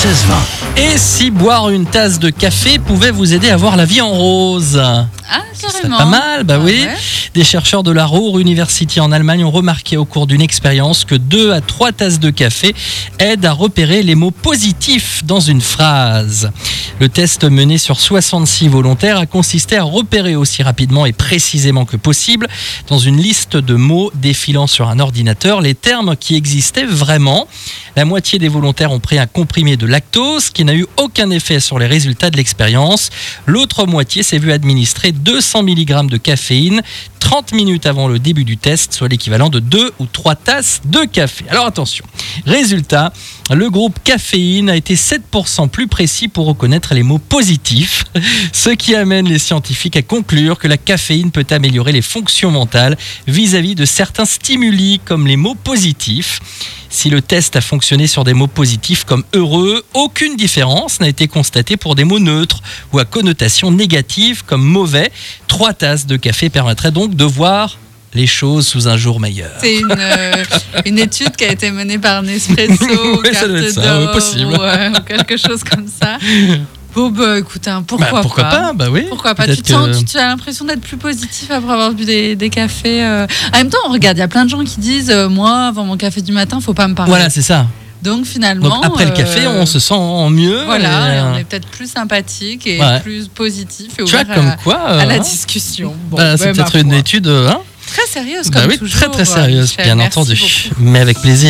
16-20. Et si boire une tasse de café pouvait vous aider à voir la vie en rose? Ah, C'est carrément. pas mal, bah oui. Ouais. Des chercheurs de la Ruhr University en Allemagne ont remarqué au cours d'une expérience que 2 à 3 tasses de café aident à repérer les mots positifs dans une phrase. Le test mené sur 66 volontaires a consisté à repérer aussi rapidement et précisément que possible, dans une liste de mots défilant sur un ordinateur, les termes qui existaient vraiment. La moitié des volontaires ont pris un comprimé de lactose qui n'a eu aucun effet sur les résultats de l'expérience. L'autre moitié s'est vue administrer 200 mg de caféine 30 minutes avant le début du test, soit l'équivalent de 2 ou 3 tasses de café. Alors attention, résultat, le groupe caféine a été 7% plus précis pour reconnaître les mots positifs, ce qui amène les scientifiques à conclure que la caféine peut améliorer les fonctions mentales vis-à-vis de certains stimuli comme les mots positifs. Si le test a fonctionné sur des mots positifs comme heureux, aucune différence n'a été constatée pour des mots neutres ou à connotation négative comme mauvais. 3 tasses de café permettraient donc de voir les choses sous un jour meilleur. C'est une étude qui a été menée par Nespresso ou Oui, ça doit être Carte ça, oui, d'Or possible. ou quelque chose comme ça. Bon, bah écoute, pourquoi pas. Bah oui. Pourquoi pas. Peut-être Tu as l'impression d'être plus positif après avoir bu des cafés. En même temps, regarde, il y a plein de gens qui disent moi, avant mon café du matin, faut pas me parler. Voilà, c'est ça. Donc finalement. Donc après le café, on se sent mieux. Voilà, et, on est peut-être plus sympathique et ouais. plus positif et Tu vois, ouvert comme quoi, à la hein. discussion. Bon, C'est ma peut-être une foi. étude Très sérieuse bah comme oui, toujours. très sérieuse, Michel. bien Merci entendu. beaucoup. Mais avec plaisir.